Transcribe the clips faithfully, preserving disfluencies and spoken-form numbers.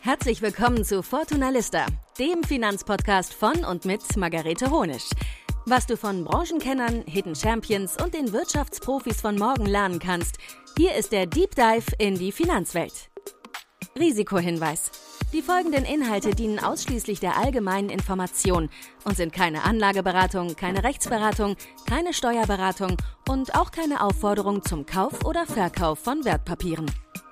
Herzlich willkommen zu Fortuna Lista, dem Finanzpodcast von und mit Margarete Honisch. Was du von Branchenkennern, Hidden Champions und den Wirtschaftsprofis von morgen lernen kannst, hier ist der Deep Dive in die Finanzwelt. Risikohinweis: Die folgenden Inhalte dienen ausschließlich der allgemeinen Information und sind keine Anlageberatung, keine Rechtsberatung, keine Steuerberatung und auch keine Aufforderung zum Kauf oder Verkauf von Wertpapieren.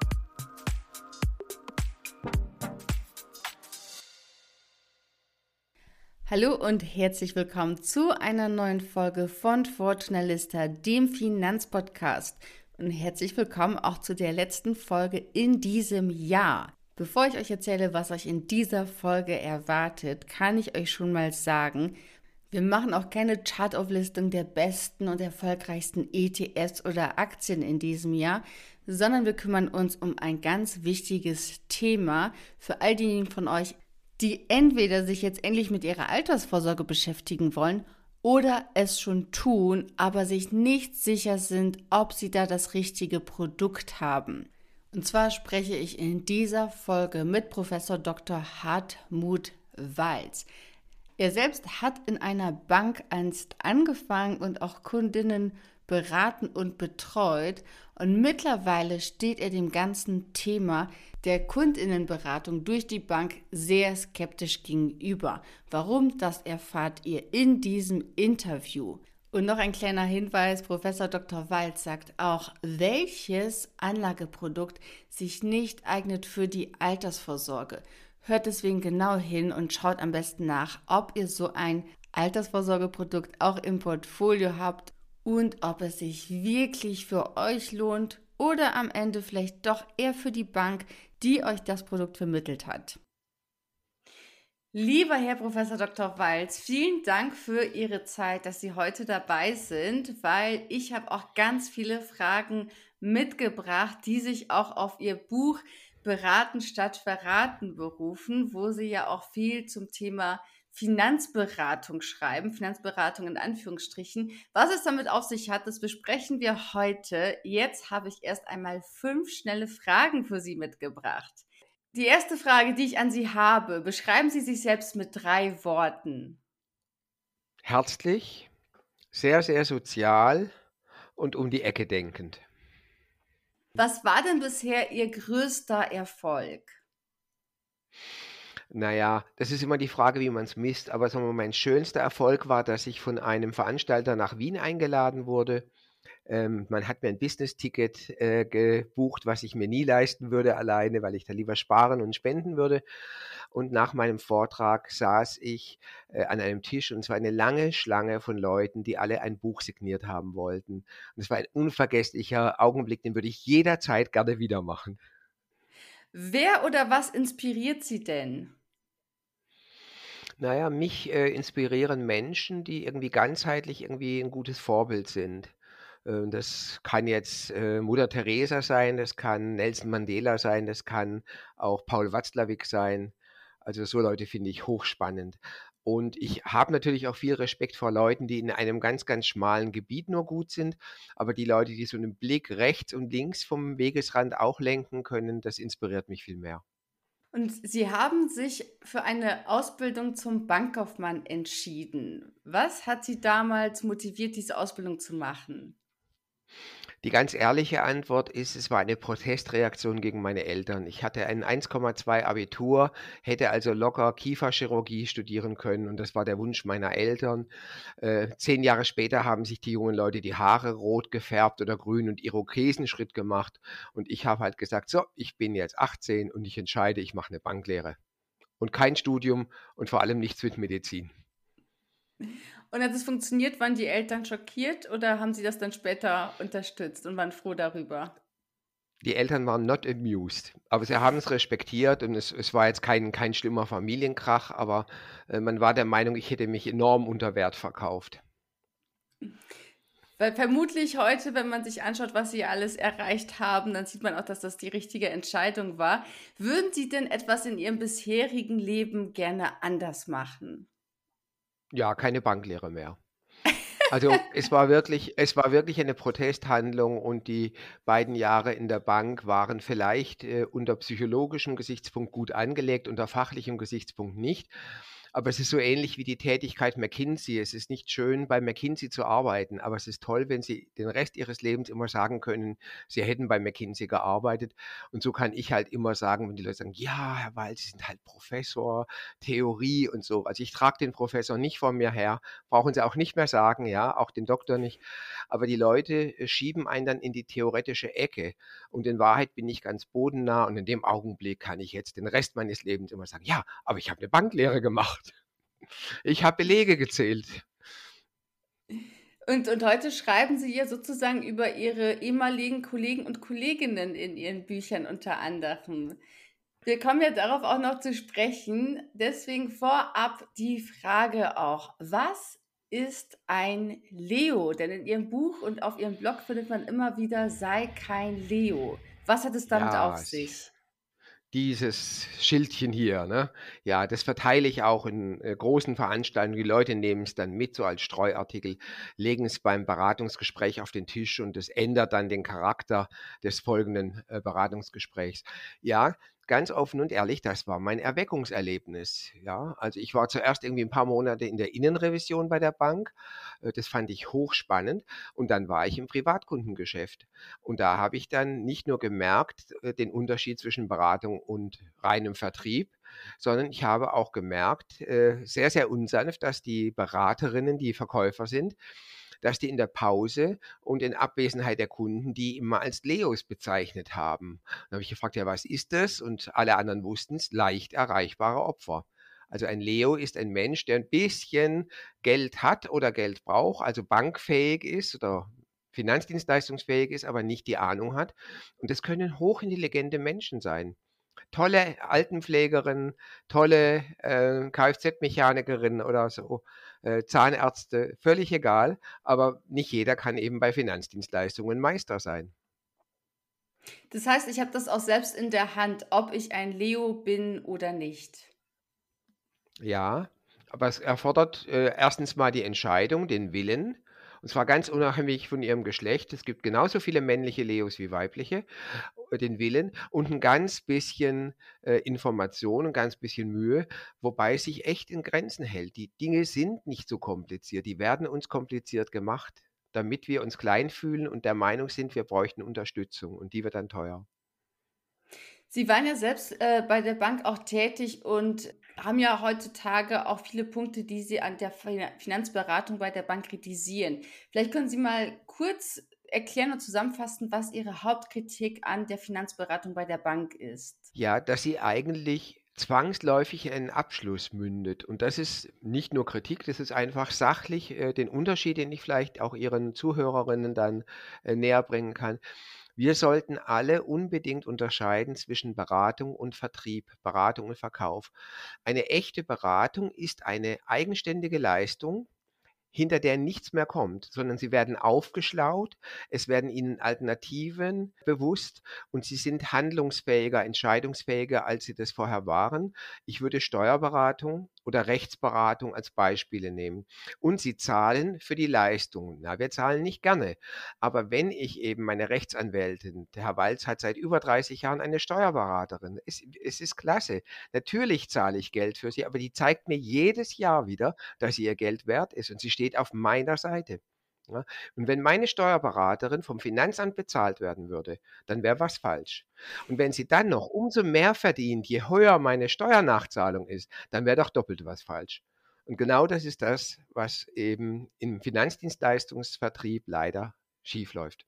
Hallo und herzlich willkommen zu einer neuen Folge von Fortuna Lista, dem Finanzpodcast. Und herzlich willkommen auch zu der letzten Folge in diesem Jahr. Bevor ich euch erzähle, was euch in dieser Folge erwartet, kann ich euch schon mal sagen, wir machen auch keine Chartauflistung der besten und erfolgreichsten E T Fs oder Aktien in diesem Jahr, sondern wir kümmern uns um ein ganz wichtiges Thema für all diejenigen von euch, die entweder sich jetzt endlich mit ihrer Altersvorsorge beschäftigen wollen oder es schon tun, aber sich nicht sicher sind, ob sie da das richtige Produkt haben. Und zwar spreche ich in dieser Folge mit Professor Doktor Hartmut Walz. Er selbst hat in einer Bank einst angefangen und auch Kundinnen beraten und betreut, und mittlerweile steht er dem ganzen Thema der Kundinnenberatung durch die Bank sehr skeptisch gegenüber. Warum, das erfahrt ihr in diesem Interview. Und noch ein kleiner Hinweis: Professor Doktor Walz sagt auch, welches Anlageprodukt sich nicht eignet für die Altersvorsorge. Hört deswegen genau hin und schaut am besten nach, ob ihr so ein Altersvorsorgeprodukt auch im Portfolio habt und ob es sich wirklich für euch lohnt oder am Ende vielleicht doch eher für die Bank, die euch das Produkt vermittelt hat. Lieber Herr Professor Doktor Walz, vielen Dank für Ihre Zeit, dass Sie heute dabei sind, weil ich habe auch ganz viele Fragen mitgebracht, die sich auch auf Ihr Buch Beraten statt Verraten berufen, wo Sie ja auch viel zum Thema Finanzberatung schreiben, Finanzberatung in Anführungsstrichen. Was es damit auf sich hat, das besprechen wir heute. Jetzt habe ich erst einmal fünf schnelle Fragen für Sie mitgebracht. Die erste Frage, die ich an Sie habe: Beschreiben Sie sich selbst mit drei Worten. Herzlich, sehr, sehr sozial und um die Ecke denkend. Was war denn bisher Ihr größter Erfolg? Naja, das ist immer die Frage, wie man es misst. Aber sagen wir mal, mein schönster Erfolg war, dass ich von einem Veranstalter nach Wien eingeladen wurde. Ähm, man hat mir ein Business-Ticket äh, gebucht, was ich mir nie leisten würde alleine, weil ich da lieber sparen und spenden würde. Und nach meinem Vortrag saß ich äh, an einem Tisch, und es war eine lange Schlange von Leuten, die alle ein Buch signiert haben wollten. Und es war ein unvergesslicher Augenblick, den würde ich jederzeit gerne wieder machen. Wer oder was inspiriert Sie denn? Naja, mich äh, inspirieren Menschen, die irgendwie ganzheitlich irgendwie ein gutes Vorbild sind. Äh, Das kann jetzt äh, Mutter Teresa sein, das kann Nelson Mandela sein, das kann auch Paul Watzlawick sein. Also so Leute finde ich hochspannend. Und ich habe natürlich auch viel Respekt vor Leuten, die in einem ganz, ganz schmalen Gebiet nur gut sind. Aber die Leute, die so einen Blick rechts und links vom Wegesrand auch lenken können, das inspiriert mich viel mehr. Und Sie haben sich für eine Ausbildung zum Bankkaufmann entschieden. Was hat Sie damals motiviert, diese Ausbildung zu machen? Die ganz ehrliche Antwort ist, es war eine Protestreaktion gegen meine Eltern. Ich hatte ein eins Komma zwei Abitur, hätte also locker Kieferchirurgie studieren können, und das war der Wunsch meiner Eltern. Äh, zehn Jahre später haben sich die jungen Leute die Haare rot gefärbt oder grün und Irokesenschritt gemacht, und ich habe halt gesagt, so, ich bin jetzt achtzehn und ich entscheide, ich mache eine Banklehre. Und kein Studium und vor allem nichts mit Medizin. Und als es funktioniert, waren die Eltern schockiert oder haben Sie das dann später unterstützt und waren froh darüber? Die Eltern waren not amused, aber sie haben es respektiert, und es, es war jetzt kein, kein schlimmer Familienkrach, aber äh, man war der Meinung, ich hätte mich enorm unter Wert verkauft. Weil vermutlich heute, wenn man sich anschaut, was Sie alles erreicht haben, dann sieht man auch, dass das die richtige Entscheidung war. Würden Sie denn etwas in Ihrem bisherigen Leben gerne anders machen? Ja, keine Banklehre mehr. Also es war wirklich, es war wirklich eine Protesthandlung und die beiden Jahre in der Bank waren vielleicht äh, unter psychologischem Gesichtspunkt gut angelegt, unter fachlichem Gesichtspunkt nicht. Aber es ist so ähnlich wie die Tätigkeit McKinsey. Es ist nicht schön, bei McKinsey zu arbeiten, aber es ist toll, wenn Sie den Rest Ihres Lebens immer sagen können, Sie hätten bei McKinsey gearbeitet. Und so kann ich halt immer sagen, wenn die Leute sagen, ja, Herr Wald, Sie sind halt Professor, Theorie und so. Also ich trage den Professor nicht vor mir her, brauchen Sie auch nicht mehr sagen, ja, auch den Doktor nicht. Aber die Leute äh, schieben einen dann in die theoretische Ecke. Und in Wahrheit bin ich ganz bodennah und in dem Augenblick kann ich jetzt den Rest meines Lebens immer sagen, ja, aber ich habe eine Banklehre gemacht. Ich habe Belege gezählt. Und, und heute schreiben Sie ja sozusagen über Ihre ehemaligen Kollegen und Kolleginnen in Ihren Büchern unter anderem. Wir kommen ja darauf auch noch zu sprechen. Deswegen vorab die Frage auch, was ist ein Leo? Denn in Ihrem Buch und auf Ihrem Blog findet man immer wieder, sei kein Leo. Was hat es damit auf Ja, s- sich? dieses Schildchen hier, ne? Ja, das verteile ich auch in äh, großen Veranstaltungen. Die Leute nehmen es dann mit, so als Streuartikel, legen es beim Beratungsgespräch auf den Tisch und es ändert dann den Charakter des folgenden äh, Beratungsgesprächs. Ja, ganz offen und ehrlich, das war mein Erweckungserlebnis. Ja, also ich war zuerst irgendwie ein paar Monate in der Innenrevision bei der Bank. Äh, Das fand ich hochspannend. Und dann war ich im Privatkundengeschäft. Und da habe ich dann nicht nur gemerkt, äh, den Unterschied zwischen Beratung und reinem Vertrieb, sondern ich habe auch gemerkt, äh, sehr, sehr unsanft, dass die Beraterinnen, die Verkäufer sind, dass die in der Pause und in Abwesenheit der Kunden die immer als Leos bezeichnet haben. Dann habe ich gefragt, ja, was ist das? Und alle anderen wussten es, leicht erreichbare Opfer. Also ein Leo ist ein Mensch, der ein bisschen Geld hat oder Geld braucht, also bankfähig ist oder finanzdienstleistungsfähig ist, aber nicht die Ahnung hat. Und das können hochintelligente Menschen sein. Tolle Altenpflegerinnen, tolle äh, Kfz-Mechanikerinnen oder so, äh, Zahnärzte, völlig egal. Aber nicht jeder kann eben bei Finanzdienstleistungen Meister sein. Das heißt, ich habe das auch selbst in der Hand, ob ich ein Leo bin oder nicht. Ja, aber es erfordert äh, erstens mal die Entscheidung, den Willen. Und zwar ganz unabhängig von ihrem Geschlecht. Es gibt genauso viele männliche Leos wie weibliche, äh, den Willen und ein ganz bisschen äh, Information, ein ganz bisschen Mühe, wobei es sich echt in Grenzen hält. Die Dinge sind nicht so kompliziert, die werden uns kompliziert gemacht, damit wir uns klein fühlen und der Meinung sind, wir bräuchten Unterstützung und die wird dann teuer. Sie waren ja selbst äh, bei der Bank auch tätig und haben ja heutzutage auch viele Punkte, die Sie an der Fin- Finanzberatung bei der Bank kritisieren. Vielleicht können Sie mal kurz erklären und zusammenfassen, was Ihre Hauptkritik an der Finanzberatung bei der Bank ist. Ja, dass sie eigentlich zwangsläufig in einen Abschluss mündet. Und das ist nicht nur Kritik, das ist einfach sachlich äh, den Unterschied, den ich vielleicht auch Ihren Zuhörerinnen dann äh, näher bringen kann. Wir sollten alle unbedingt unterscheiden zwischen Beratung und Vertrieb, Beratung und Verkauf. Eine echte Beratung ist eine eigenständige Leistung, hinter der nichts mehr kommt, sondern sie werden aufgeschlaut, es werden ihnen Alternativen bewusst und sie sind handlungsfähiger, entscheidungsfähiger, als sie das vorher waren. Ich würde Steuerberatung oder Rechtsberatung als Beispiele nehmen. Und sie zahlen für die Leistung. Na, wir zahlen nicht gerne. Aber wenn ich eben meine Rechtsanwältin, der Herr Walz hat seit über dreißig Jahren eine Steuerberaterin, es, es ist klasse. Natürlich zahle ich Geld für sie, aber die zeigt mir jedes Jahr wieder, dass sie ihr Geld wert ist und sie steht auf meiner Seite. Ja, und wenn meine Steuerberaterin vom Finanzamt bezahlt werden würde, dann wäre was falsch. Und wenn sie dann noch umso mehr verdient, je höher meine Steuernachzahlung ist, dann wäre doch doppelt was falsch. Und genau das ist das, was eben im Finanzdienstleistungsvertrieb leider schiefläuft.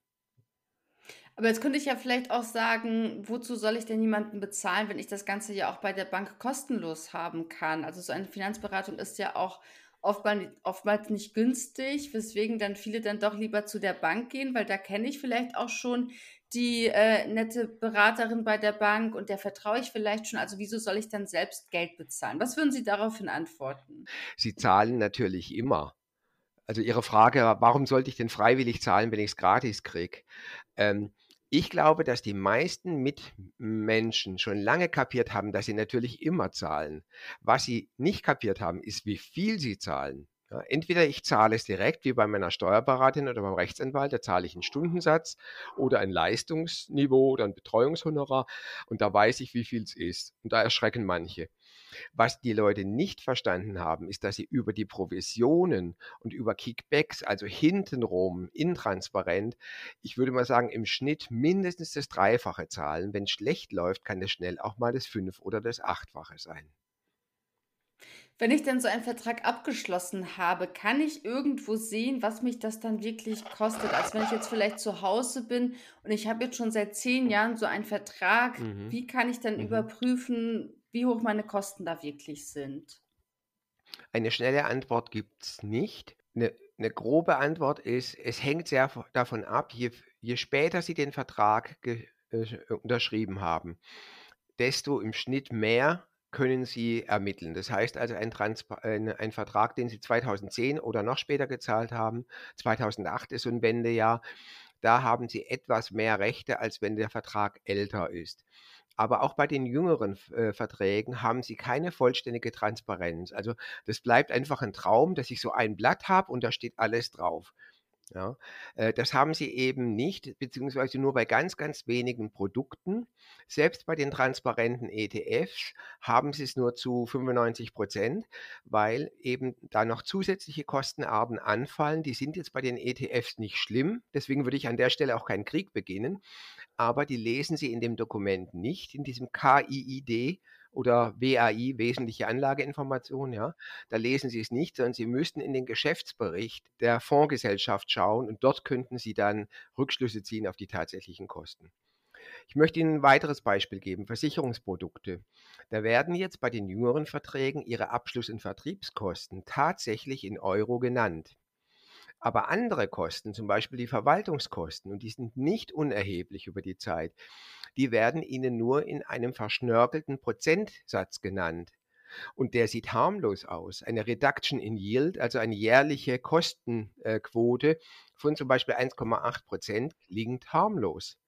Aber jetzt könnte ich ja vielleicht auch sagen, wozu soll ich denn jemanden bezahlen, wenn ich das Ganze ja auch bei der Bank kostenlos haben kann? Also so eine Finanzberatung ist ja auch oftmals, oftmals nicht günstig, weswegen dann viele dann doch lieber zu der Bank gehen, weil da kenne ich vielleicht auch schon die äh, nette Beraterin bei der Bank und der vertraue ich vielleicht schon. Also wieso soll ich dann selbst Geld bezahlen? Was würden Sie daraufhin antworten? Sie zahlen natürlich immer. Also Ihre Frage, warum sollte ich denn freiwillig zahlen, wenn ich es gratis kriege? Ähm, ich glaube, dass die meisten Mitmenschen schon lange kapiert haben, dass sie natürlich immer zahlen. Was sie nicht kapiert haben, ist, wie viel sie zahlen. Ja, entweder ich zahle es direkt, wie bei meiner Steuerberaterin oder beim Rechtsanwalt, da zahle ich einen Stundensatz oder ein Leistungsniveau oder ein Betreuungshonorar und da weiß ich, wie viel es ist. Und da erschrecken manche. Was die Leute nicht verstanden haben, ist, dass sie über die Provisionen und über Kickbacks, also hintenrum, intransparent, ich würde mal sagen, im Schnitt mindestens das Dreifache zahlen. Wenn es schlecht läuft, kann das schnell auch mal das Fünf- oder das Achtfache sein. Wenn ich denn so einen Vertrag abgeschlossen habe, kann ich irgendwo sehen, was mich das dann wirklich kostet? Also wenn ich jetzt vielleicht zu Hause bin und ich habe jetzt schon seit zehn Jahren so einen Vertrag, Mhm. wie kann ich dann Mhm. überprüfen, wie hoch meine Kosten da wirklich sind? Eine schnelle Antwort gibt es nicht. Eine, eine grobe Antwort ist, es hängt sehr v- davon ab, je, je später Sie den Vertrag ge, äh, unterschrieben haben, desto im Schnitt mehr können Sie ermitteln. Das heißt also, ein, Transpa ein, ein Vertrag, den Sie zweitausendzehn oder noch später gezahlt haben, zweitausendacht ist so ein Wendejahr, da haben Sie etwas mehr Rechte, als wenn der Vertrag älter ist. Aber auch bei den jüngeren äh, Verträgen haben sie keine vollständige Transparenz. Also das bleibt einfach ein Traum, dass ich so ein Blatt habe und da steht alles drauf. Ja, äh, das haben sie eben nicht, beziehungsweise nur bei ganz, ganz wenigen Produkten. Selbst bei den transparenten E T Fs haben sie es nur zu fünfundneunzig Prozent, weil eben da noch zusätzliche Kostenarten anfallen. Die sind jetzt bei den E T Fs nicht schlimm. Deswegen würde ich an der Stelle auch keinen Krieg beginnen. Aber die lesen Sie in dem Dokument nicht, in diesem K I I D oder W A I, wesentliche Anlageinformation, ja. Da lesen Sie es nicht, sondern Sie müssten in den Geschäftsbericht der Fondsgesellschaft schauen und dort könnten Sie dann Rückschlüsse ziehen auf die tatsächlichen Kosten. Ich möchte Ihnen ein weiteres Beispiel geben, Versicherungsprodukte. Da werden jetzt bei den jüngeren Verträgen Ihre Abschluss- und Vertriebskosten tatsächlich in Euro genannt. Aber andere Kosten, zum Beispiel die Verwaltungskosten, und die sind nicht unerheblich über die Zeit, die werden Ihnen nur in einem verschnörkelten Prozentsatz genannt. Und der sieht harmlos aus. Eine Reduction in Yield, also eine jährliche Kostenquote von zum Beispiel eins Komma acht Prozent, klingt harmlos.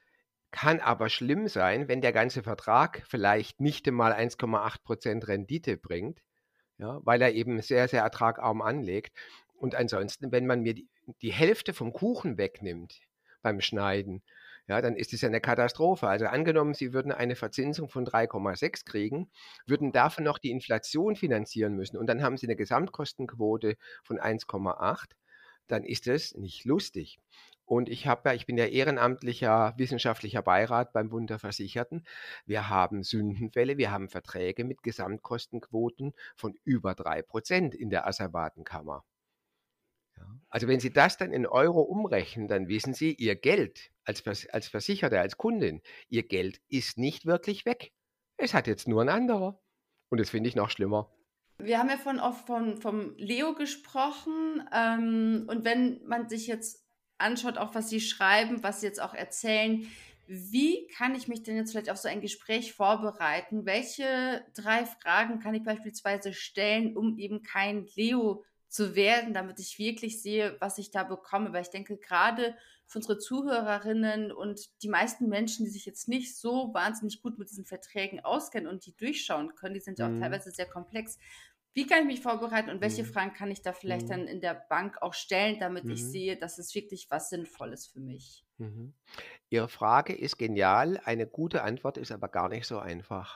Kann aber schlimm sein, wenn der ganze Vertrag vielleicht nicht einmal eins Komma acht Prozent Rendite bringt, ja, weil er eben sehr, sehr ertragarm anlegt. Und ansonsten, wenn man mir die, die Hälfte vom Kuchen wegnimmt beim Schneiden, ja, dann ist es ja eine Katastrophe. Also angenommen, Sie würden eine Verzinsung von drei Komma sechs kriegen, würden davon noch die Inflation finanzieren müssen und dann haben Sie eine Gesamtkostenquote von eins Komma acht, dann ist es nicht lustig. Und ich habe ja, ich bin ja ehrenamtlicher wissenschaftlicher Beirat beim Bund der Versicherten. Wir haben Sündenfälle, wir haben Verträge mit Gesamtkostenquoten von über drei Prozent in der Asservatenkammer. Ja. Also wenn Sie das dann in Euro umrechnen, dann wissen Sie, Ihr Geld als, Vers als Versicherter, als Kundin, Ihr Geld ist nicht wirklich weg. Es hat jetzt nur ein anderer. Und das finde ich noch schlimmer. Wir haben ja von oft von, vom Leo gesprochen, ähm, und wenn man sich jetzt anschaut, auch was Sie schreiben, was Sie jetzt auch erzählen, wie kann ich mich denn jetzt vielleicht auf so ein Gespräch vorbereiten? Welche drei Fragen kann ich beispielsweise stellen, um eben kein Leo zu werden, damit ich wirklich sehe, was ich da bekomme? Weil ich denke, gerade für unsere Zuhörerinnen und die meisten Menschen, die sich jetzt nicht so wahnsinnig gut mit diesen Verträgen auskennen und die durchschauen können, die sind ja auch Mhm. teilweise sehr komplex. Wie kann ich mich vorbereiten und welche Mhm. Fragen kann ich da vielleicht Mhm. dann in der Bank auch stellen, damit ich Mhm. sehe, dass es wirklich was Sinnvolles für mich? Mhm. Ihre Frage ist genial, eine gute Antwort ist aber gar nicht so einfach.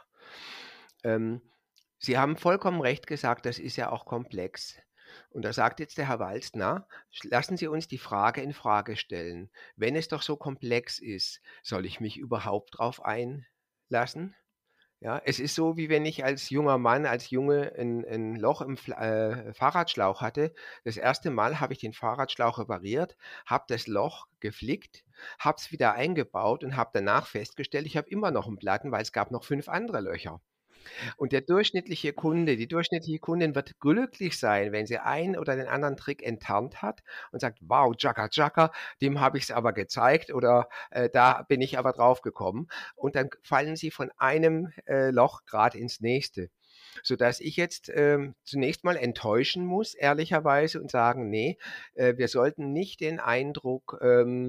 Ähm, Sie haben vollkommen recht gesagt, das ist ja auch komplex. Und da sagt jetzt der Herr Walz, na, lassen Sie uns die Frage in Frage stellen. Wenn es doch so komplex ist, soll ich mich überhaupt drauf einlassen? Ja, es ist so, wie wenn ich als junger Mann, als Junge ein, ein Loch im Fla- äh, Fahrradschlauch hatte. Das erste Mal habe ich den Fahrradschlauch repariert, habe das Loch geflickt, habe es wieder eingebaut und habe danach festgestellt, ich habe immer noch einen Platten, weil es gab noch fünf andere Löcher. Und der durchschnittliche Kunde, die durchschnittliche Kundin wird glücklich sein, wenn sie einen oder den anderen Trick enttarnt hat und sagt, wow, Jacka Jacka, dem habe ich es aber gezeigt oder äh, da bin ich aber drauf gekommen. Und dann fallen sie von einem äh, Loch gerade ins nächste. Sodass ich jetzt ähm, zunächst mal enttäuschen muss, ehrlicherweise, und sagen, nee, äh, wir sollten nicht den Eindruck ähm,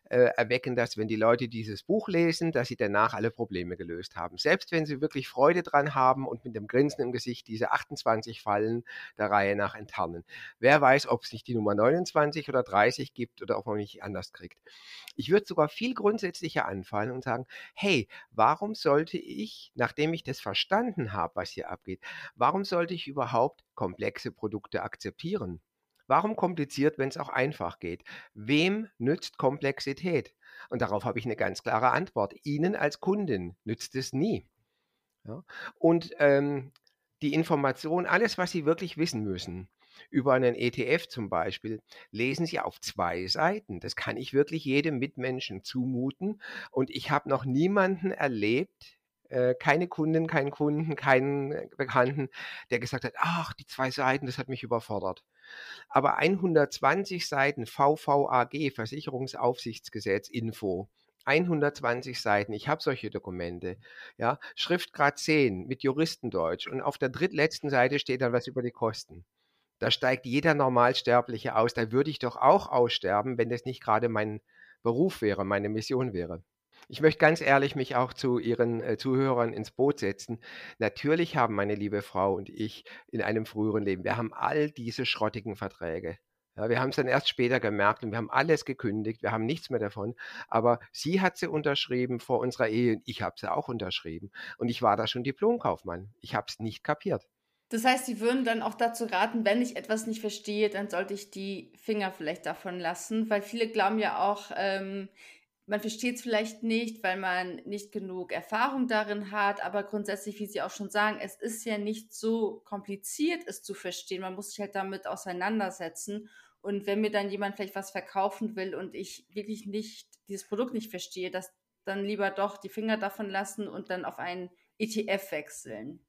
äh, erwecken das, wenn die Leute dieses Buch lesen, dass sie danach alle Probleme gelöst haben. Selbst wenn sie wirklich Freude dran haben und mit dem Grinsen im Gesicht diese achtundzwanzig Fallen der Reihe nach enttarnen. Wer weiß, ob es nicht die Nummer neunundzwanzig oder dreißig gibt oder ob man mich anders kriegt. Ich würde sogar viel grundsätzlicher anfallen und sagen, hey, warum sollte ich, nachdem ich das verstanden habe, was hier abgeht, warum sollte ich überhaupt komplexe Produkte akzeptieren? Warum kompliziert, wenn es auch einfach geht? Wem nützt Komplexität? Und darauf habe ich eine ganz klare Antwort. Ihnen als Kundin nützt es nie. Ja? Und ähm, die Information, alles, was Sie wirklich wissen müssen, über einen E T F zum Beispiel, lesen Sie auf zwei Seiten. Das kann ich wirklich jedem Mitmenschen zumuten. Und ich habe noch niemanden erlebt, äh, keine Kundin, keinen Kunden, keinen Bekannten, der gesagt hat, ach, die zwei Seiten, das hat mich überfordert. Aber hundertzwanzig Seiten V V A G, Versicherungsaufsichtsgesetz, Info, hundertzwanzig Seiten, ich habe solche Dokumente, ja, Schriftgrad zehn mit Juristendeutsch und auf der drittletzten Seite steht dann was über die Kosten. Da steigt jeder Normalsterbliche aus, da würde ich doch auch aussterben, wenn das nicht gerade mein Beruf wäre, meine Mission wäre. Ich möchte ganz ehrlich mich auch zu Ihren äh, Zuhörern ins Boot setzen. Natürlich haben meine liebe Frau und ich in einem früheren Leben, wir haben all diese schrottigen Verträge. Ja, wir haben es dann erst später gemerkt und wir haben alles gekündigt, wir haben nichts mehr davon. Aber sie hat sie unterschrieben vor unserer Ehe und ich habe sie auch unterschrieben. Und ich war da schon Diplomkaufmann. Ich habe es nicht kapiert. Das heißt, Sie würden dann auch dazu raten, wenn ich etwas nicht verstehe, dann sollte ich die Finger vielleicht davon lassen, weil viele glauben ja auch, ähm, man versteht es vielleicht nicht, weil man nicht genug Erfahrung darin hat, aber grundsätzlich, wie Sie auch schon sagen, es ist ja nicht so kompliziert, es zu verstehen. Man muss sich halt damit auseinandersetzen. Und wenn mir dann jemand vielleicht was verkaufen will und ich wirklich nicht dieses Produkt nicht verstehe, dass dann lieber doch die Finger davon lassen und dann auf einen E T F wechseln.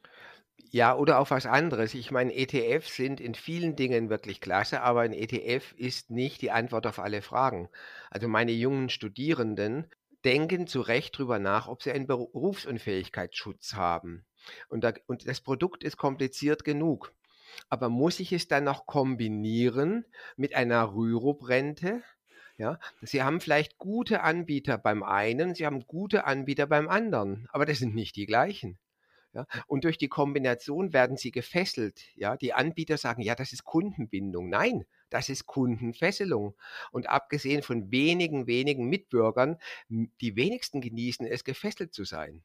Ja, oder auf was anderes. Ich meine, E T Fs sind in vielen Dingen wirklich klasse, aber ein E T F ist nicht die Antwort auf alle Fragen. Also meine jungen Studierenden denken zu Recht drüber nach, ob sie einen Berufsunfähigkeitsschutz haben. Und, da, und das Produkt ist kompliziert genug. Aber muss ich es dann noch kombinieren mit einer Rürup-Rente? Ja, Sie haben vielleicht gute Anbieter beim einen, Sie haben gute Anbieter beim anderen, aber das sind nicht die gleichen. Ja, und durch die Kombination werden sie gefesselt. Ja, die Anbieter sagen, ja, das ist Kundenbindung. Nein, das ist Kundenfesselung. Und abgesehen von wenigen, wenigen Mitbürgern, die wenigsten genießen es, gefesselt zu sein.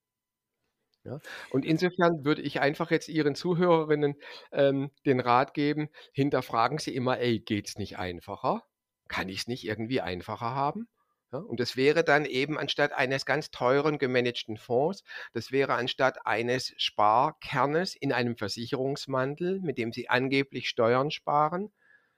Ja, und insofern würde ich einfach jetzt Ihren Zuhörerinnen ähm, den Rat geben, hinterfragen Sie immer, ey, geht's nicht einfacher? Kann ich es nicht irgendwie einfacher haben? Ja, und das wäre dann eben anstatt eines ganz teuren gemanagten Fonds, das wäre anstatt eines Sparkernes in einem Versicherungsmantel, mit dem Sie angeblich Steuern sparen,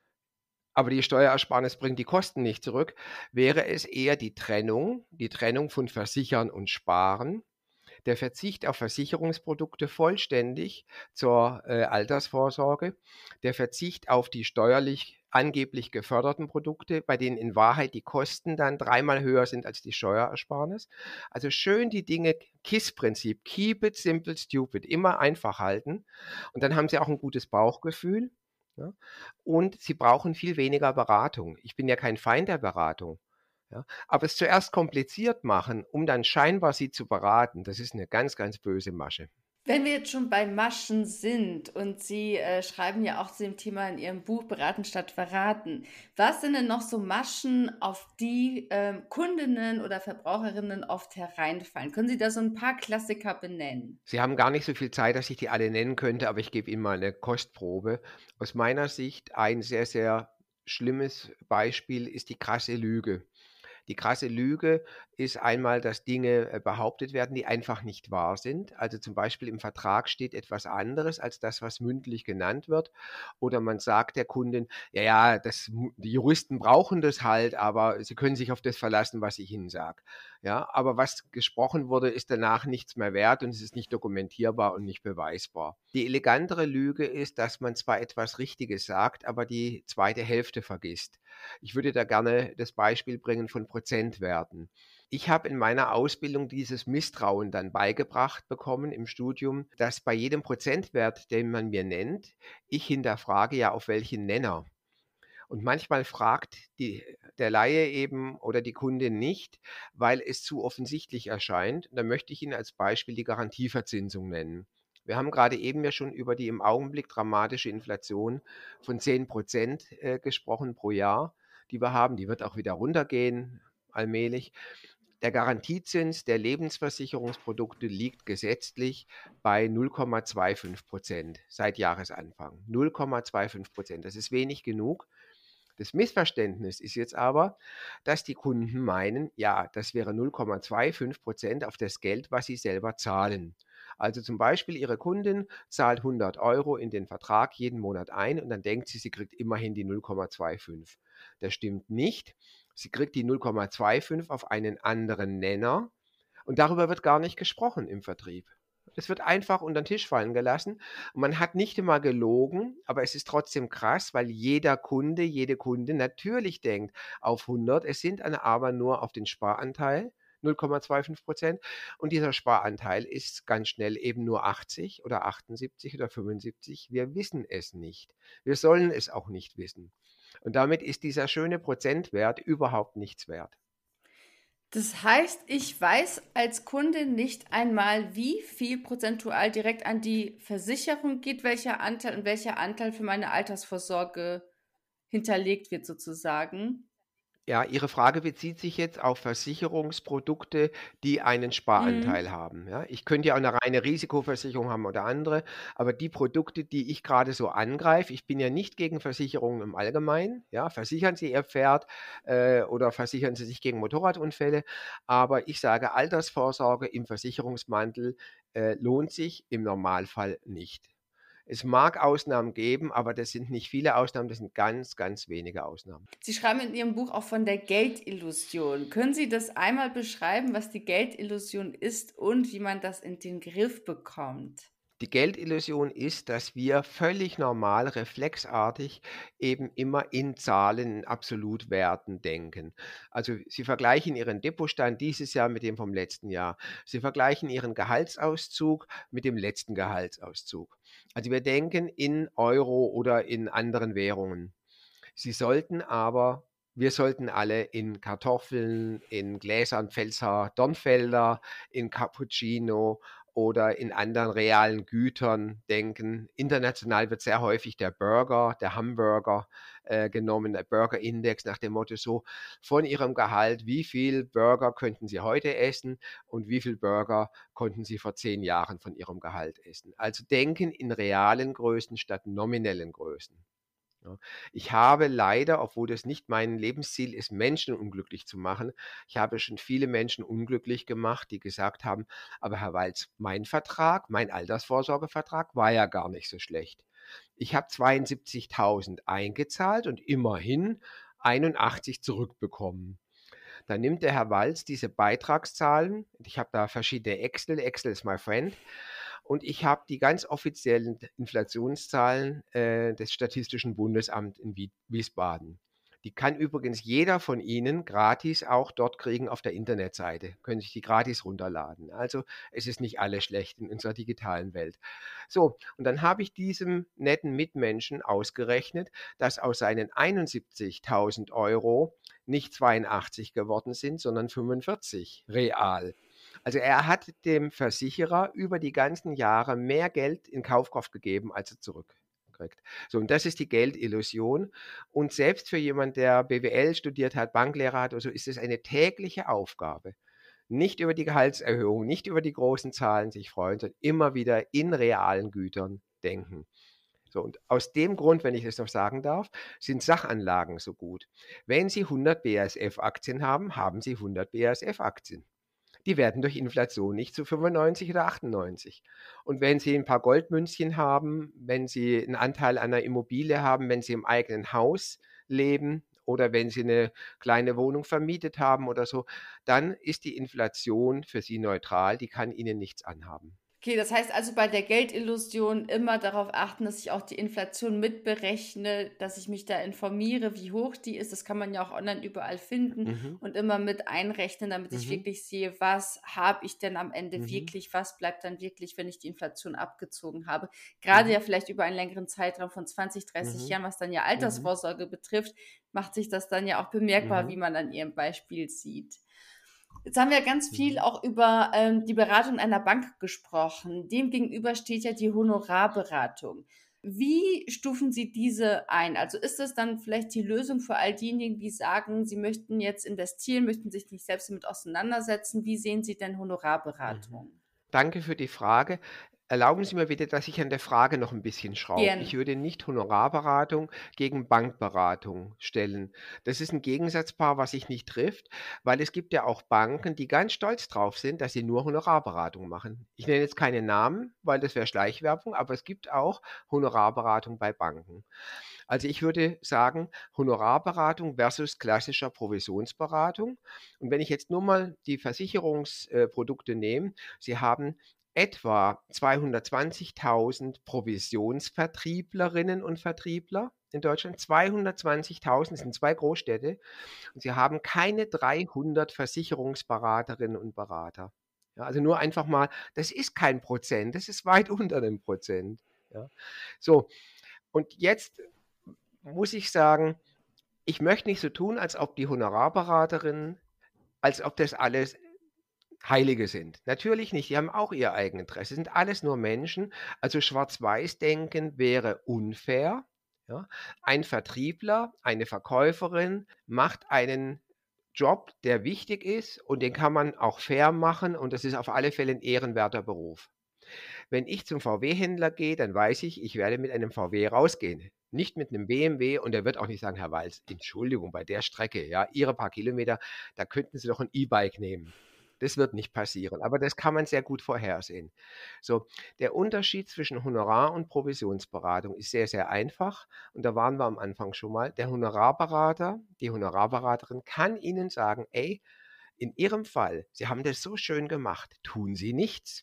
aber die Steuerersparnis bringt die Kosten nicht zurück, wäre es eher die Trennung, die Trennung von Versichern und Sparen, der Verzicht auf Versicherungsprodukte vollständig zur äh, Altersvorsorge, der Verzicht auf die steuerlich angeblich geförderten Produkte, bei denen in Wahrheit die Kosten dann dreimal höher sind als die Steuerersparnis. Also schön die Dinge, K I S S-Prinzip, keep it simple, stupid, immer einfach halten. Und dann haben Sie auch ein gutes Bauchgefühl. Ja? Und Sie brauchen viel weniger Beratung. Ich bin ja kein Feind der Beratung. Ja, aber es zuerst kompliziert machen, um dann scheinbar sie zu beraten, das ist eine ganz, ganz böse Masche. Wenn wir jetzt schon bei Maschen sind und Sie äh, schreiben ja auch zu dem Thema in Ihrem Buch Beraten statt Verraten, was sind denn noch so Maschen, auf die ähm, Kundinnen oder Verbraucherinnen oft hereinfallen? Können Sie da so ein paar Klassiker benennen? Sie haben gar nicht so viel Zeit, dass ich die alle nennen könnte, aber ich gebe Ihnen mal eine Kostprobe. Aus meiner Sicht ein sehr, sehr schlimmes Beispiel ist die krasse Lüge. Die krasse Lüge ist einmal, dass Dinge behauptet werden, die einfach nicht wahr sind. Also zum Beispiel im Vertrag steht etwas anderes als das, was mündlich genannt wird. Oder man sagt der Kundin, ja, ja, das, die Juristen brauchen das halt, aber sie können sich auf das verlassen, was ich ihnen sage. Ja, aber was gesprochen wurde, ist danach nichts mehr wert und es ist nicht dokumentierbar und nicht beweisbar. Die elegantere Lüge ist, dass man zwar etwas Richtiges sagt, aber die zweite Hälfte vergisst. Ich würde da gerne das Beispiel bringen von Prozentwerten. Ich habe in meiner Ausbildung dieses Misstrauen dann beigebracht bekommen im Studium, dass bei jedem Prozentwert, den man mir nennt, ich hinterfrage ja auf welchen Nenner. Und manchmal fragt die, der Laie eben oder die Kundin nicht, weil es zu offensichtlich erscheint. Da möchte ich Ihnen als Beispiel die Garantieverzinsung nennen. Wir haben gerade eben ja schon über die im Augenblick dramatische Inflation von zehn Prozent äh, gesprochen pro Jahr, die wir haben. Die wird auch wieder runtergehen, allmählich. Der Garantiezins der Lebensversicherungsprodukte liegt gesetzlich bei null Komma fünfundzwanzig Prozent seit Jahresanfang. null Komma fünfundzwanzig Prozent, das ist wenig genug. Das Missverständnis ist jetzt aber, dass die Kunden meinen, ja, das wäre null Komma fünfundzwanzig Prozent auf das Geld, was sie selber zahlen. Also zum Beispiel Ihre Kundin zahlt hundert Euro in den Vertrag jeden Monat ein und dann denkt sie, sie kriegt immerhin die null Komma fünfundzwanzig. Das stimmt nicht. Sie kriegt die null Komma fünfundzwanzig auf einen anderen Nenner und darüber wird gar nicht gesprochen im Vertrieb. Es wird einfach unter den Tisch fallen gelassen und man hat nicht immer gelogen, aber es ist trotzdem krass, weil jeder Kunde, jede Kundin natürlich denkt auf hundert, es sind dann aber nur auf den Sparanteil null Komma fünfundzwanzig Prozent und dieser Sparanteil ist ganz schnell eben nur achtzig oder achtundsiebzig oder fünfundsiebzig. Wir wissen es nicht. Wir sollen es auch nicht wissen. Und damit ist dieser schöne Prozentwert überhaupt nichts wert. Das heißt, ich weiß als Kunde nicht einmal, wie viel prozentual direkt an die Versicherung geht, welcher Anteil und welcher Anteil für meine Altersvorsorge hinterlegt wird sozusagen. Ja, Ihre Frage bezieht sich jetzt auf Versicherungsprodukte, die einen Mhm. Sparanteil haben. Ja, ich könnte ja auch eine reine Risikoversicherung haben oder andere, aber die Produkte, die ich gerade so angreife, ich bin ja nicht gegen Versicherungen im Allgemeinen. Ja, versichern Sie Ihr Pferd äh, oder versichern Sie sich gegen Motorradunfälle, aber ich sage, Altersvorsorge im Versicherungsmantel äh, lohnt sich im Normalfall nicht. Es mag Ausnahmen geben, aber das sind nicht viele Ausnahmen, das sind ganz, ganz wenige Ausnahmen. Sie schreiben in Ihrem Buch auch von der Geldillusion. Können Sie das einmal beschreiben, was die Geldillusion ist und wie man das in den Griff bekommt? Die Geldillusion ist, dass wir völlig normal, reflexartig eben immer in Zahlen, in Absolutwerten denken. Also Sie vergleichen Ihren Depotstand dieses Jahr mit dem vom letzten Jahr. Sie vergleichen Ihren Gehaltsauszug mit dem letzten Gehaltsauszug. Also wir denken in Euro oder in anderen Währungen. Sie sollten aber, wir sollten alle in Kartoffeln, in Gläsern Pfälzer Dornfelder, in Cappuccino oder in anderen realen Gütern denken. International wird sehr häufig der Burger, der Hamburger äh, genommen, der Burger-Index nach dem Motto so, von Ihrem Gehalt, wie viel Burger könnten Sie heute essen und wie viel Burger konnten Sie vor zehn Jahren von Ihrem Gehalt essen. Also denken in realen Größen statt nominellen Größen. Ja. Ich habe leider, obwohl das nicht mein Lebensziel ist, Menschen unglücklich zu machen, ich habe schon viele Menschen unglücklich gemacht, die gesagt haben, aber Herr Walz, mein Vertrag, mein Altersvorsorgevertrag war ja gar nicht so schlecht. Ich habe zweiundsiebzigtausend eingezahlt und immerhin einundachtzig zurückbekommen. Dann nimmt der Herr Walz diese Beitragszahlen, ich habe da verschiedene Excel, Excel is my friend, und ich habe die ganz offiziellen Inflationszahlen äh, des Statistischen Bundesamts in Wiesbaden. Die kann übrigens jeder von Ihnen gratis auch dort kriegen auf der Internetseite. Können sich die gratis runterladen. Also es ist nicht alles schlecht in unserer digitalen Welt. So, und dann habe ich diesem netten Mitmenschen ausgerechnet, dass aus seinen einundsiebzigtausend Euro nicht zweiundachtzig geworden sind, sondern fünfundvierzig real. Also er hat dem Versicherer über die ganzen Jahre mehr Geld in Kaufkraft gegeben, als er zurückkriegt. So, und das ist die Geldillusion. Und selbst für jemanden, der B W L studiert hat, Banklehrer hat oder so, ist es eine tägliche Aufgabe. Nicht über die Gehaltserhöhung, nicht über die großen Zahlen sich freuen, sondern immer wieder in realen Gütern denken. So, und aus dem Grund, wenn ich das noch sagen darf, sind Sachanlagen so gut. Wenn Sie hundert B A S F-Aktien haben, haben Sie hundert B A S F-Aktien. Die werden durch Inflation nicht zu fünfundneunzig oder achtundneunzig. Und wenn Sie ein paar Goldmünzchen haben, wenn Sie einen Anteil an einer Immobilie haben, wenn Sie im eigenen Haus leben oder wenn Sie eine kleine Wohnung vermietet haben oder so, dann ist die Inflation für Sie neutral, die kann Ihnen nichts anhaben. Okay, das heißt also bei der Geldillusion immer darauf achten, dass ich auch die Inflation mitberechne, dass ich mich da informiere, wie hoch die ist. Das kann man ja auch online überall finden Mhm, und immer mit einrechnen, damit ich mhm, wirklich sehe, was habe ich denn am Ende mhm, wirklich, was bleibt dann wirklich, wenn ich die Inflation abgezogen habe. Gerade mhm, ja vielleicht über einen längeren Zeitraum von zwanzig, dreißig mhm, Jahren, was dann ja mhm, Altersvorsorge betrifft, macht sich das dann ja auch bemerkbar, wie mhm, man an Ihrem Beispiel sieht. Jetzt haben wir ganz viel mhm. auch über ähm, die Beratung einer Bank gesprochen. Demgegenüber steht ja die Honorarberatung. Wie stufen Sie diese ein? Also ist das dann vielleicht die Lösung für all diejenigen, die sagen, sie möchten jetzt investieren, möchten sich nicht selbst damit auseinandersetzen? Wie sehen Sie denn Mhm. Honorarberatung? Danke für die Frage. Erlauben Sie mir bitte, dass ich an der Frage noch ein bisschen schraube. Ich Gern. würde nicht Honorarberatung gegen Bankberatung stellen. Das ist ein Gegensatzpaar, was sich nicht trifft, weil es gibt ja auch Banken, die ganz stolz drauf sind, dass sie nur Honorarberatung machen. Ich nenne jetzt keine Namen, weil das wäre Schleichwerbung, aber es gibt auch Honorarberatung bei Banken. Also, ich würde sagen, Honorarberatung versus klassischer Provisionsberatung. Und wenn ich jetzt nur mal die Versicherungsprodukte nehme, Sie haben etwa zweihundertzwanzigtausend Provisionsvertrieblerinnen und Vertriebler in Deutschland. zweihundertzwanzigtausend, das sind zwei Großstädte. Und Sie haben keine dreihundert Versicherungsberaterinnen und Berater. Ja, also nur einfach mal, das ist kein Prozent, das ist weit unter dem Prozent. Ja. So, und jetzt muss ich sagen, ich möchte nicht so tun, als ob die Honorarberaterinnen, als ob das alles Heilige sind. Natürlich nicht, die haben auch ihr Eigeninteresse. Sind alles nur Menschen. Also Schwarz-Weiß-Denken wäre unfair. Ja. Ein Vertriebler, eine Verkäuferin macht einen Job, der wichtig ist und den kann man auch fair machen und das ist auf alle Fälle ein ehrenwerter Beruf. Wenn ich zum V W-Händler gehe, dann weiß ich, ich werde mit einem V W rausgehen. Nicht mit einem B M W und der wird auch nicht sagen, Herr Walz, Entschuldigung, bei der Strecke, ja, Ihre paar Kilometer, da könnten Sie doch ein E-Bike nehmen. Das wird nicht passieren, aber das kann man sehr gut vorhersehen. So, der Unterschied zwischen Honorar- und Provisionsberatung ist sehr, sehr einfach und da waren wir am Anfang schon mal. Der Honorarberater, die Honorarberaterin kann Ihnen sagen, ey, in Ihrem Fall, Sie haben das so schön gemacht, tun Sie nichts.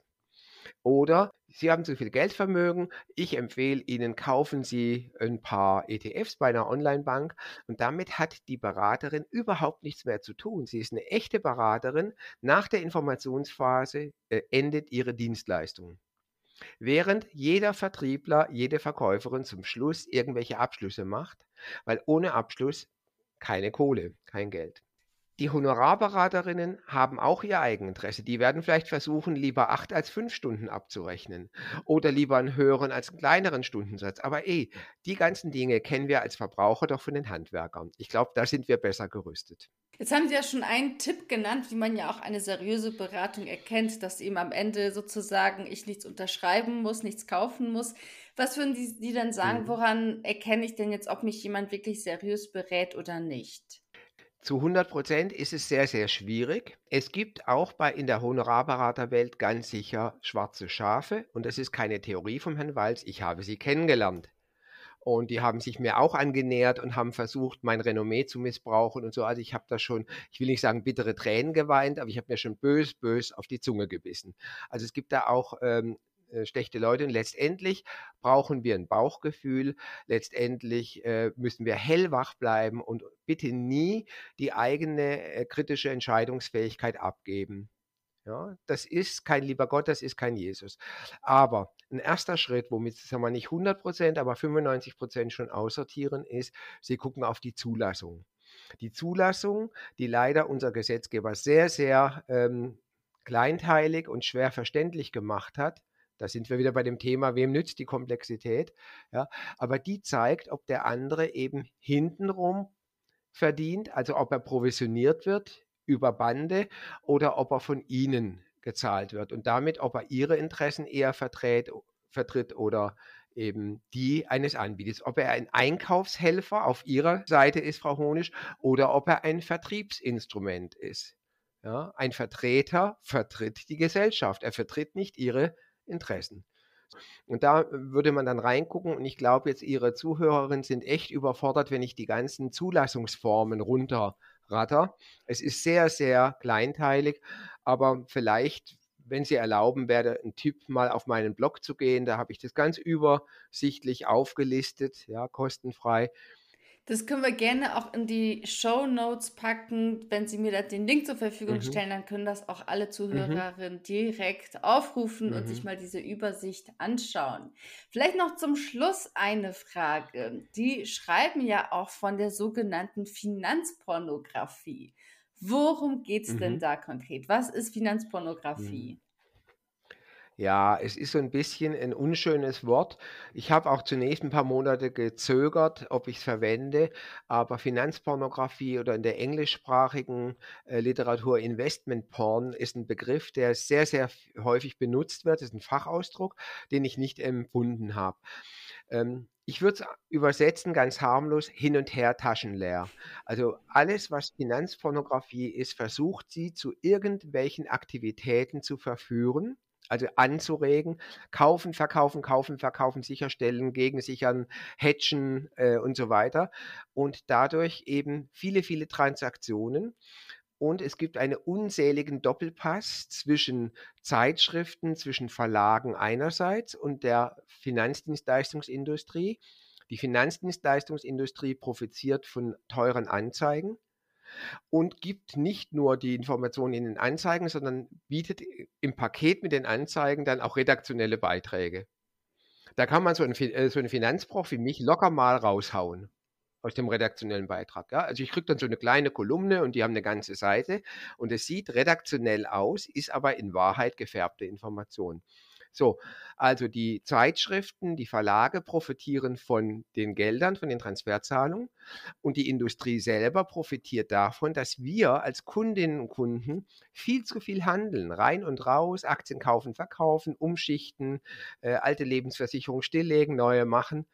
Oder Sie haben zu viel Geldvermögen. Ich empfehle Ihnen, kaufen Sie ein paar E T Fs bei einer Onlinebank und damit hat die Beraterin überhaupt nichts mehr zu tun. Sie ist eine echte Beraterin. Nach der Informationsphase äh, endet ihre Dienstleistung. Während jeder Vertriebler, jede Verkäuferin zum Schluss irgendwelche Abschlüsse macht, weil ohne Abschluss keine Kohle, kein Geld. Die Honorarberaterinnen haben auch ihr Eigeninteresse. Die werden vielleicht versuchen, lieber acht als fünf Stunden abzurechnen oder lieber einen höheren als einen kleineren Stundensatz. Aber eh, die ganzen Dinge kennen wir als Verbraucher doch von den Handwerkern. Ich glaube, da sind wir besser gerüstet. Jetzt haben Sie ja schon einen Tipp genannt, wie man ja auch eine seriöse Beratung erkennt, dass eben am Ende sozusagen ich nichts unterschreiben muss, nichts kaufen muss. Was würden Sie, Sie denn sagen, Mhm. woran erkenne ich denn jetzt, ob mich jemand wirklich seriös berät oder nicht? Zu hundert Prozent ist es sehr, sehr schwierig. Es gibt auch bei in der Honorarberaterwelt ganz sicher schwarze Schafe und das ist keine Theorie vom Herrn Walz. Ich habe sie kennengelernt. Und die haben sich mir auch angenähert und haben versucht, mein Renommee zu missbrauchen und so. Also ich habe da schon, ich will nicht sagen bittere Tränen geweint, aber ich habe mir schon bös, bös auf die Zunge gebissen. Also es gibt da auch ähm, äh, schlechte Leute und letztendlich brauchen wir ein Bauchgefühl. Letztendlich äh, müssen wir hellwach bleiben und bitte nie die eigene äh, kritische Entscheidungsfähigkeit abgeben. Ja, das ist kein lieber Gott, das ist kein Jesus. Aber ein erster Schritt, womit sagen wir nicht hundert Prozent, aber fünfundneunzig Prozent schon aussortieren, ist, Sie gucken auf die Zulassung. Die Zulassung, die leider unser Gesetzgeber sehr, sehr ähm, kleinteilig und schwer verständlich gemacht hat. Da sind wir wieder bei dem Thema, wem nützt die Komplexität? Ja, aber die zeigt, ob der andere eben hintenrum verdient, also ob er provisioniert wird über Bande oder ob er von Ihnen gezahlt wird und damit, ob er Ihre Interessen eher vertritt, vertritt oder eben die eines Anbieters. Ob er ein Einkaufshelfer auf Ihrer Seite ist, Frau Honisch, oder ob er ein Vertriebsinstrument ist. Ja, ein Vertreter vertritt die Gesellschaft, er vertritt nicht Ihre Interessen. Und da würde man dann reingucken und ich glaube jetzt, Ihre Zuhörerinnen sind echt überfordert, wenn ich die ganzen Zulassungsformen runterratter. Es ist sehr, sehr kleinteilig, aber vielleicht wenn Sie erlauben, wäre ein Tipp, mal auf meinen Blog zu gehen. Da habe ich das ganz übersichtlich aufgelistet, ja, kostenfrei. Das können wir gerne auch in die Shownotes packen. Wenn Sie mir da den Link zur Verfügung Mhm. stellen, dann können das auch alle Mhm. Zuhörerinnen direkt aufrufen und sich Mhm. mal diese Übersicht anschauen. Vielleicht noch zum Schluss eine Frage. Die schreiben ja auch von der sogenannten Finanzpornografie. Worum geht's denn Mhm. da konkret? Was ist Mhm. Finanzpornografie? Ja, es ist so ein bisschen ein unschönes Wort. Ich habe auch zunächst ein paar Monate gezögert, ob ich es verwende, aber Finanzpornografie oder in der englischsprachigen, äh, Literatur Investment Porn ist ein Begriff, der sehr, sehr f häufig benutzt wird. Das ist ein Fachausdruck, den ich nicht empfunden habe. Ähm, ich würde es übersetzen, ganz harmlos: hin und her taschenleer. Also, alles, was Finanzpornografie ist, versucht sie zu irgendwelchen Aktivitäten zu verführen, also anzuregen. Kaufen, verkaufen, kaufen, verkaufen, sicherstellen, gegensichern, hedgen, äh, und so weiter. Und dadurch eben viele, viele Transaktionen. Und es gibt einen unzähligen Doppelpass zwischen Zeitschriften, zwischen Verlagen einerseits und der Finanzdienstleistungsindustrie. Die Finanzdienstleistungsindustrie profitiert von teuren Anzeigen und gibt nicht nur die Informationen in den Anzeigen, sondern bietet im Paket mit den Anzeigen dann auch redaktionelle Beiträge. Da kann man so ein, Fi- äh, so ein Finanzprof wie mich locker mal raushauen aus dem redaktionellen Beitrag. Ja? Also ich kriege dann so eine kleine Kolumne und die haben eine ganze Seite und es sieht redaktionell aus, ist aber in Wahrheit gefärbte Information. So, also die Zeitschriften, die Verlage profitieren von den Geldern, von den Transferzahlungen und die Industrie selber profitiert davon, dass wir als Kundinnen und Kunden viel zu viel handeln, rein und raus, Aktien kaufen, verkaufen, umschichten, äh, alte Lebensversicherungen stilllegen, neue machen.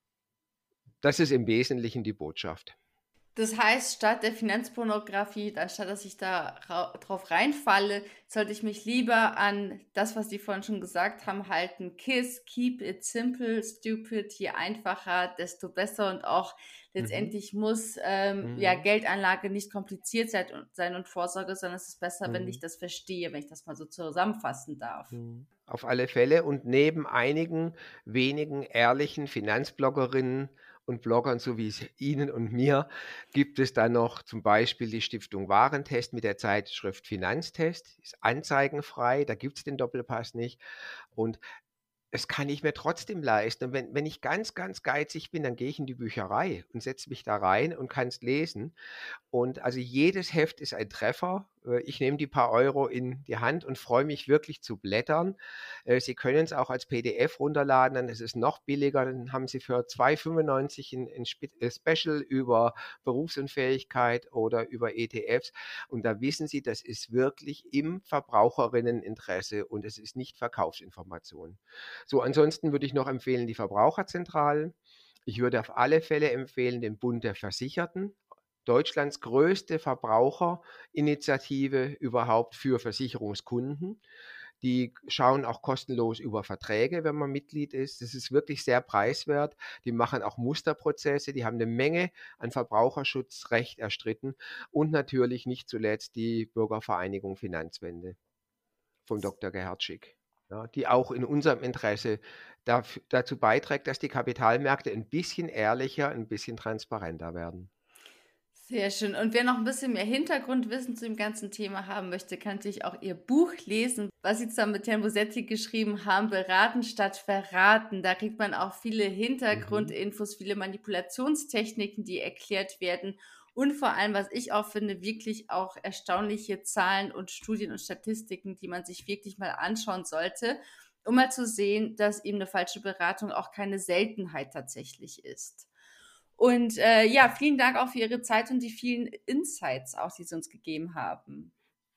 Das ist im Wesentlichen die Botschaft. Das heißt, statt der Finanzpornografie, anstatt dass ich da ra drauf reinfalle, sollte ich mich lieber an das, was die vorhin schon gesagt haben, halten. KISS, keep it simple, stupid, je einfacher, desto besser. Und auch Mhm. letztendlich muss ähm, ja Mhm. Geldanlage nicht kompliziert sein und, sein und Vorsorge, sondern es ist besser, wenn ich Mhm. das verstehe, wenn ich das mal so zusammenfassen darf. Mhm. Auf alle Fälle. Und neben einigen wenigen ehrlichen Finanzbloggerinnen und Bloggern, so wie es Ihnen und mir, gibt es dann noch zum Beispiel die Stiftung Warentest mit der Zeitschrift Finanztest, ist anzeigenfrei, da gibt es den Doppelpass nicht. Und es kann ich mir trotzdem leisten. Und wenn, wenn ich ganz, ganz geizig bin, dann gehe ich in die Bücherei und setze mich da rein und kann es lesen. Und also jedes Heft ist ein Treffer. Äh, Ich nehme die paar Euro in die Hand und freue mich wirklich zu blättern. Äh, Sie können es auch als P D F runterladen, dann ist es noch billiger. Dann haben Sie für zwei fünfundneunzig ein, ein Spe- äh, Special über Berufsunfähigkeit oder über E T Fs. Und da wissen Sie, das ist wirklich im Verbraucherinneninteresse und es ist nicht Verkaufsinformation. So, ansonsten würde ich noch empfehlen die Verbraucherzentralen. Ich würde auf alle Fälle empfehlen den Bund der Versicherten. Deutschlands größte Verbraucherinitiative überhaupt für Versicherungskunden. Die schauen auch kostenlos über Verträge, wenn man Mitglied ist. Das ist wirklich sehr preiswert. Die machen auch Musterprozesse. Die haben eine Menge an Verbraucherschutzrecht erstritten. Und natürlich nicht zuletzt die Bürgervereinigung Finanzwende von Doktor Gerhard Schick, ja, die auch in unserem Interesse daf- dazu beiträgt, dass die Kapitalmärkte ein bisschen ehrlicher, ein bisschen transparenter werden. Sehr schön. Und wer noch ein bisschen mehr Hintergrundwissen zu dem ganzen Thema haben möchte, kann natürlich auch Ihr Buch lesen, was Sie zusammen mit Herrn Bosetti geschrieben haben, Beraten statt Verraten. Da kriegt man auch viele Mhm. Hintergrundinfos, viele Manipulationstechniken, die erklärt werden. Und vor allem, was ich auch finde, wirklich auch erstaunliche Zahlen und Studien und Statistiken, die man sich wirklich mal anschauen sollte, um mal zu sehen, dass eben eine falsche Beratung auch keine Seltenheit tatsächlich ist. Und äh, ja, vielen Dank auch für Ihre Zeit und die vielen Insights auch, die Sie uns gegeben haben.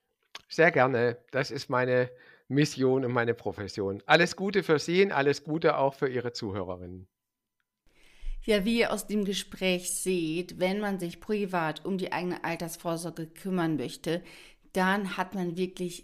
Sehr gerne. Das ist meine Mission und meine Profession. Alles Gute für Sie und alles Gute auch für Ihre Zuhörerinnen. Ja, wie ihr aus dem Gespräch seht, wenn man sich privat um die eigene Altersvorsorge kümmern möchte, dann hat man wirklich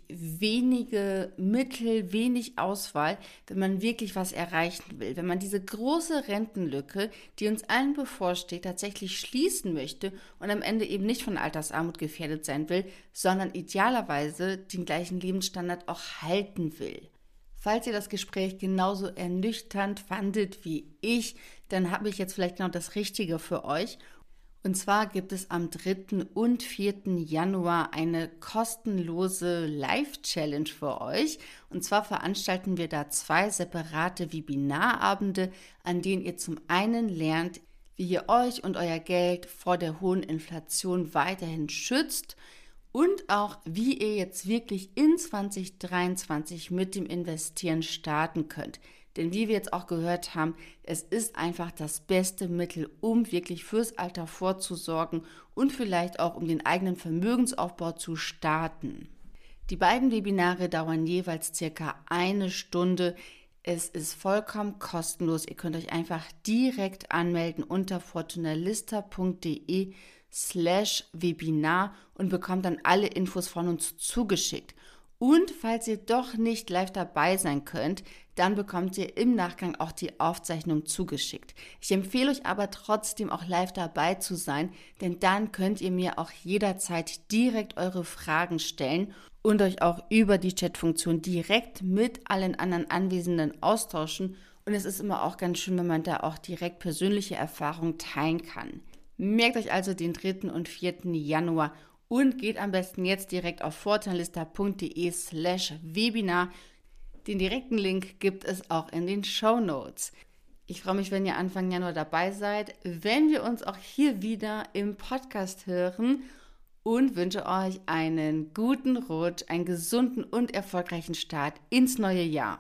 wenige Mittel, wenig Auswahl, wenn man wirklich was erreichen will. Wenn man diese große Rentenlücke, die uns allen bevorsteht, tatsächlich schließen möchte und am Ende eben nicht von Altersarmut gefährdet sein will, sondern idealerweise den gleichen Lebensstandard auch halten will. Falls ihr das Gespräch genauso ernüchternd fandet wie ich, dann habe ich jetzt vielleicht noch das Richtige für euch. Und zwar gibt es am dritten und vierten Januar eine kostenlose Live-Challenge für euch. Und zwar veranstalten wir da zwei separate Webinarabende, an denen ihr zum einen lernt, wie ihr euch und euer Geld vor der hohen Inflation weiterhin schützt und auch, wie ihr jetzt wirklich in zwanzig dreiundzwanzig mit dem Investieren starten könnt. Denn wie wir jetzt auch gehört haben, es ist einfach das beste Mittel, um wirklich fürs Alter vorzusorgen und vielleicht auch um den eigenen Vermögensaufbau zu starten. Die beiden Webinare dauern jeweils circa eine Stunde. Es ist vollkommen kostenlos. Ihr könnt euch einfach direkt anmelden unter fortunalista.de slash Webinar und bekommt dann alle Infos von uns zugeschickt. Und falls ihr doch nicht live dabei sein könnt, dann bekommt ihr im Nachgang auch die Aufzeichnung zugeschickt. Ich empfehle euch aber trotzdem auch live dabei zu sein, denn dann könnt ihr mir auch jederzeit direkt eure Fragen stellen und euch auch über die Chatfunktion direkt mit allen anderen Anwesenden austauschen. Und es ist immer auch ganz schön, wenn man da auch direkt persönliche Erfahrungen teilen kann. Merkt euch also den dritten und vierten Januar und geht am besten jetzt direkt auf fortunalista.de slash Webinar. Den direkten Link gibt es auch in den Shownotes. Ich freue mich, wenn ihr Anfang Januar dabei seid, wenn wir uns auch hier wieder im Podcast hören und wünsche euch einen guten Rutsch, einen gesunden und erfolgreichen Start ins neue Jahr.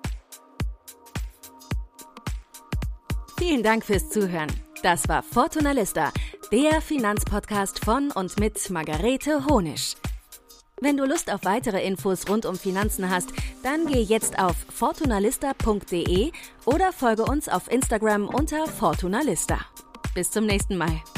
Vielen Dank fürs Zuhören. Das war Fortunalista, der Finanzpodcast von und mit Margarete Honisch. Wenn du Lust auf weitere Infos rund um Finanzen hast, dann geh jetzt auf fortunalista punkt de oder folge uns auf Instagram unter Fortunalista. Bis zum nächsten Mal.